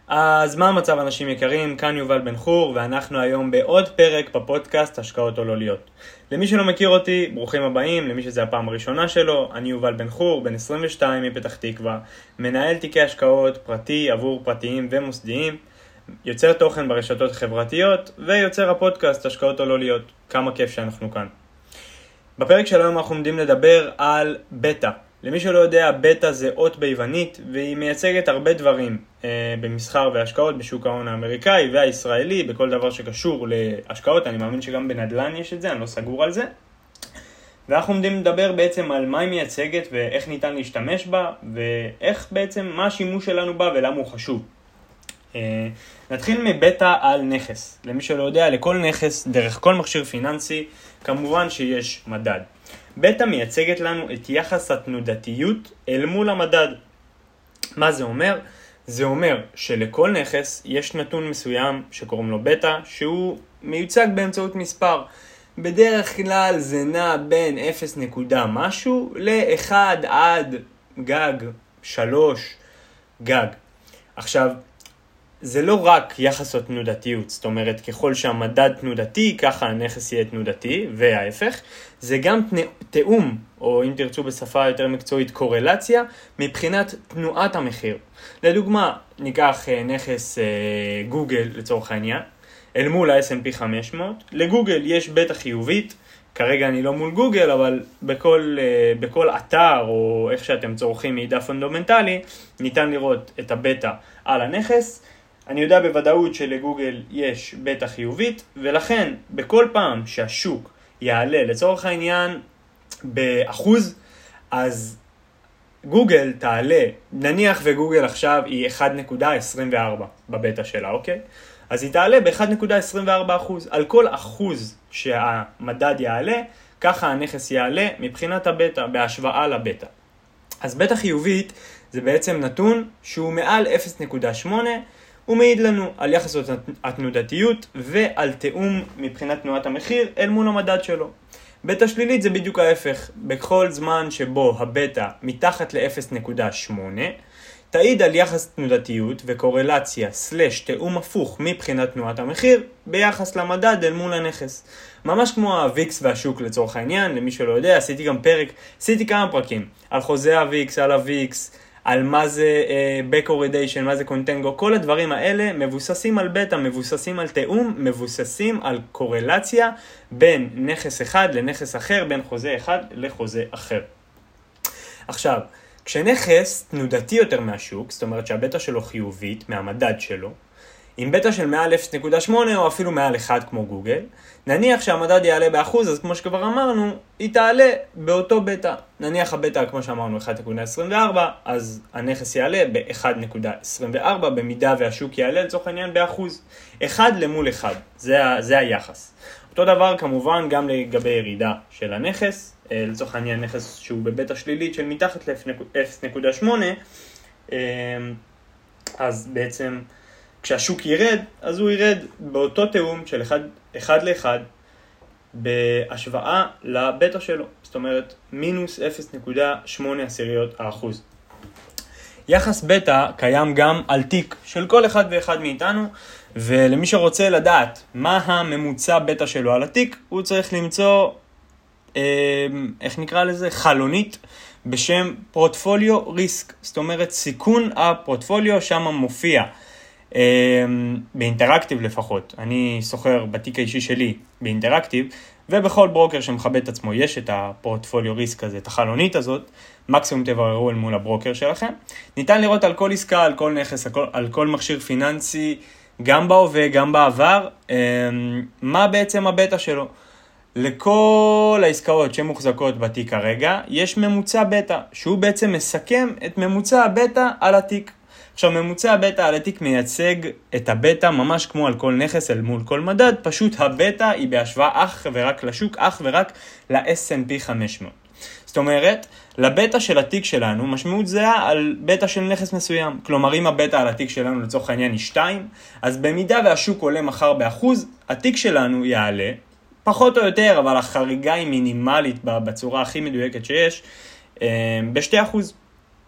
אז מה המצב אנשים יקרים? כאן יובל בן חור ואנחנו היום בעוד פרק בפודקאסט השקעות או לא להיות. למי שלא מכיר אותי, ברוכים הבאים. למי שזה הפעם הראשונה שלו, אני יובל בן חור, בן 22 מפתח תקווה, מנהל תיקי השקעות פרטי עבור פרטיים ומוסדיים, יוצר תוכן ברשתות החברתיות ויוצר הפודקאסט השקעות או לא להיות. כמה כיף שאנחנו כאן. בפרק של היום אנחנו עומדים לדבר על בטא. למי שלא יודע, בטא זה אות ביוונית, והיא מייצגת הרבה דברים במסחר והשקעות בשוק ההון האמריקאי והישראלי, בכל דבר שקשור להשקעות. אני מאמין שגם בנדל"ן יש את זה, אני לא סגור על זה. ואנחנו עומדים לדבר בעצם על מה היא מייצגת ואיך ניתן להשתמש בה, ואיך בעצם מה השימוש שלנו בה ולמה הוא חשוב. נתחיל מבטא על נכס. למי שלא יודע, לכל נכס, דרך כל מכשיר פיננסי, כמובן שיש מדד. בטא מייצגת לנו את יחס התנודתיות אל מול המדד. מה זה אומר? זה אומר שלכל נכס יש נתון מסוים שקוראים לו בטא, שהוא מיוצג באמצעות מספר. בדרך כלל זה נע בין 0 נקודה משהו ל-1 עד גג 3 גג. עכשיו, זה לא רק יחס התנודתיות, זאת אומרת ככל שהמדד תנודתי ככה הנכס יהיה תנודתי, וההפך. זה גם תאום, או אם תרצו בשפה יותר מקצועית קורלציה, מבחינת תנועת המחיר. לדוגמה, ניקח נכס גוגל לצורך העניין, אל מול ה-S&P 500, לגוגל יש בטא חיובית, כרגע אני לא מול גוגל, אבל בכל אתר או איך שאתם צורכים מידע פונדמנטלי, ניתן לראות את הבטא על הנכס. אני יודע בוודאות שלגוגל יש בטא חיובית, ולכן בכל פעם שהשוק יעלה לצורך העניין באחוז, אז גוגל תעלה, נניח וגוגל עכשיו היא 1.24 בבטא שלה, אוקיי? אז היא תעלה ב-1.24%. על כל אחוז שהמדד יעלה, ככה הנכס יעלה מבחינת הבטא, בהשוואה לבטא. אז בטא חיובית זה בעצם נתון שהוא מעל 0.8, הוא מעיד לנו על יחס התנודתיות ועל תאום מבחינת תנועת המחיר אל מול המדד שלו. בטא שלילית זה בדיוק ההפך. בכל זמן שבו הבטא מתחת ל-0.8, תעיד על יחס תנודתיות וקורלציה סלש תאום הפוך מבחינת תנועת המחיר ביחס למדד אל מול הנכס. ממש כמו הוויקס והשוק לצורך העניין. למי שלא יודע, עשיתי כמה פרקים על חוזה הוויקס, על הוויקס, על מה זה בקורידיישן, מה זה קונטנגו. כל הדברים האלה מבוססים על בטא, מבוססים על תאום, מבוססים על קורלציה בין נכס אחד לנכס אחר, בין חוזה אחד לחוזה אחר. עכשיו, כשנכס תנודתי יותר מהשוק, זאת אומרת שהבטא שלו חיובית מהמדד שלו, עם בטא של מעל 0.8 או אפילו מעל 1 כמו גוגל, נניח שהמדד יעלה באחוז, אז כמו שכבר אמרנו, היא תעלה באותו בטא. נניח הבטא, כמו שאמרנו, 1.24, אז הנכס יעלה ב-1.24, במידה והשוק יעלה לצורך העניין באחוז. 1 למול 1, זה היחס. אותו דבר כמובן גם לגבי ירידה של הנכס, לצורך העניין נכס שהוא בבטא שלילית של מתחת ל-0.8, אז בעצם כשהשוק ירד, אז הוא ירד באותו תאום של 1 ל-1 בהשוואה לבטא שלו. זאת אומרת, מינוס 0.8%. יחס בטא קיים גם על תיק של כל אחד ואחד מאיתנו, ולמי שרוצה לדעת מה הממוצע בטא שלו על התיק, הוא צריך למצוא, איך נקרא לזה? חלונית בשם פורטפוליו ריסק. זאת אומרת, סיכון הפורטפוליו שם מופיע. באינטראקטיב לפחות. אני סוחר בתיק האישי שלי באינטראקטיב, ובכל ברוקר שמכבד את עצמו יש את הפורטפוליו ריסק הזה, את החלונית הזאת. מקסימום תבררו אל מול הברוקר שלכם. ניתן לראות על כל עסקה, על כל נכס, על כל מכשיר פיננסי, גם בהווה, גם בעבר, מה בעצם הבטא שלו. לכל העסקאות שמוחזקות בתיק הרגע, יש ממוצע בטא, שהוא בעצם מסכם את ממוצע הבטא על התיק. עכשיו, ממוצע הבטא על התיק מייצג את הבטא ממש כמו על כל נכס אל מול כל מדד, פשוט הבטא היא בהשוואה אך ורק לשוק, אך ורק ל-S&P 500. זאת אומרת, לבטא של התיק שלנו משמעות זהה על בטא של נכס מסוים. כלומר, אם הבטא על התיק שלנו לצורך העניין היא 2, אז במידה והשוק עולה מחר באחוז, התיק שלנו יעלה, פחות או יותר, אבל החריגה היא מינימלית בצורה הכי מדויקת שיש, ב2%.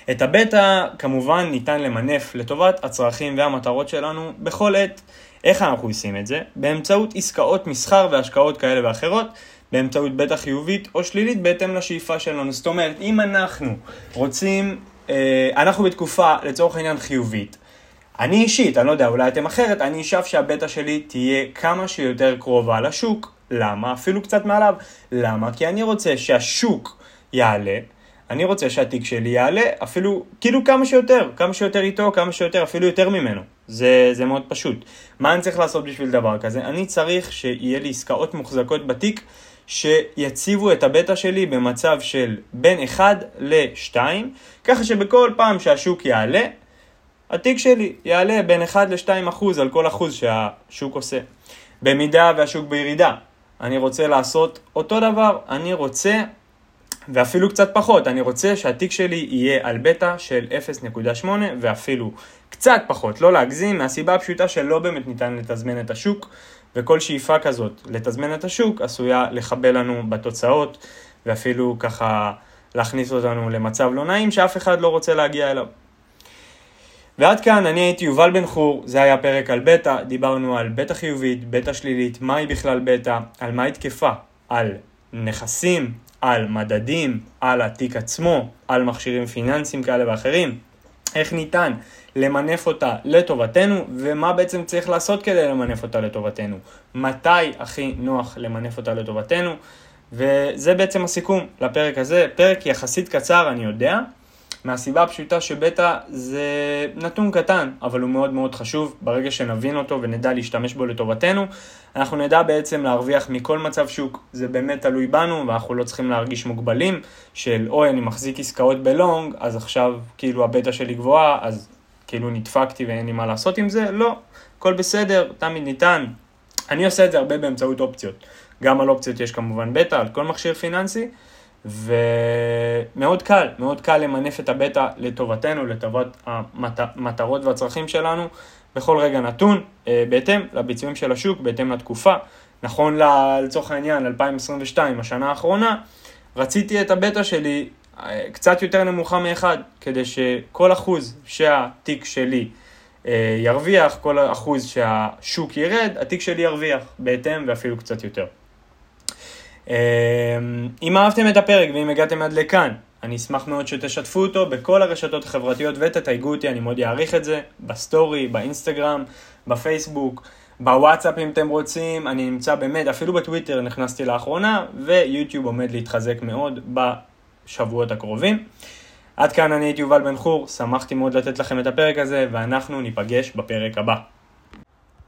את הבטא כמובן ניתן למנף לטובת הצרכים והמטרות שלנו בכל עת. איך אנחנו עושים את זה? באמצעות עסקאות מסחר והשקעות כאלה ואחרות, באמצעות בטא חיובית או שלילית בהתאם לשאיפה שלנו. זאת אומרת, אם אנחנו רוצים, אנחנו בתקופה לצורך העניין חיובית, אני אישית, אני לא יודע, אולי אתם אחרת, אני אשאף שהבטא שלי תהיה כמה שיותר קרובה לשוק. למה? אפילו קצת מעליו. למה? כי אני רוצה שהשוק יעלה, אני רוצה שהתיק שלי יעלה, אפילו כאילו כמה שיותר איתו, כמה שיותר, אפילו יותר ממנו. זה מאוד פשוט. מה אני צריך לעשות בשביל דבר כזה? אני צריך שיהיה לי עסקאות מוחזקות בתיק, שיציבו את הבטא שלי במצב של בין 1 ל-2, ככה שבכל פעם שהשוק יעלה, התיק שלי יעלה בין 1 ל-2% על כל אחוז שהשוק עושה. במידה והשוק בירידה, אני רוצה לעשות אותו דבר, אני רוצה, ואפילו קצת פחות, אני רוצה שהתיק שלי יהיה על בטא של 0.8 ואפילו קצת פחות, לא להגזים, מהסיבה הפשוטה שלא באמת ניתן לתזמן את השוק, וכל שאיפה כזאת לתזמן את השוק עשויה לחבל לנו בתוצאות, ואפילו ככה להכניס אותנו למצב לא נעים שאף אחד לא רוצה להגיע אליו. ועד כאן אני הייתי יובל בן חור, זה היה פרק על בטא, דיברנו על בטא חיובית, בטא שלילית, מהי בכלל בטא, על מה היא תקפה, על נכסים, על מדדים, על התיק עצמו, על מכשירים פיננסיים כאלה ואחרים, איך ניתן למנף אותה לטובתנו, ומה בעצם צריך לעשות כדי למנף אותה לטובתנו, מתי הכי נוח למנף אותה לטובתנו, וזה בעצם הסיכום לפרק הזה, פרק יחסית קצר אני יודע, מהסיבה הפשוטה שבטא זה נתון קטן, אבל הוא מאוד מאוד חשוב. ברגע שנבין אותו ונדע להשתמש בו לטובתנו, אנחנו נדע בעצם להרוויח מכל מצב שוק. זה באמת תלוי בנו, ואנחנו לא צריכים להרגיש מוגבלים של, אוי, אני מחזיק עסקאות בלונג, אז עכשיו כאילו הבטא שלי גבוהה, אז כאילו נדפקתי ואין לי מה לעשות עם זה. לא, הכל בסדר, תמיד ניתן. אני עושה את זה הרבה באמצעות אופציות. גם על אופציות יש כמובן בטא, על כל מכשיר פיננסי, ומאוד קל למנף את הבטא לטובתנו, לטובת המטרות והצרכים שלנו, בכל רגע נתון, בהתאם לביצועים של השוק, בהתאם לתקופה. נכון לצורך העניין, 2022, השנה האחרונה, רציתי את הבטא שלי קצת יותר נמוכה מאחד, כדי שכל אחוז שהתיק שלי ירוויח, כל אחוז שהשוק ירד, התיק שלי ירוויח בהתאם ואפילו קצת יותר. אם אהבתם את הפרק ואם הגעתם עד לכאן, אני אשמח מאוד שתשתפו אותו בכל הרשתות החברתיות ותתייגו אותי, אני מאוד יעריך את זה, בסטורי, באינסטגרם, בפייסבוק, בוואטסאפ אם אתם רוצים, אני נמצא באמת, אפילו בטוויטר נכנסתי לאחרונה, ויוטיוב עומד להתחזק מאוד בשבועות הקרובים. עד כאן אני הייתי יובל בן חור, שמחתי מאוד לתת לכם את הפרק הזה, ואנחנו ניפגש בפרק הבא.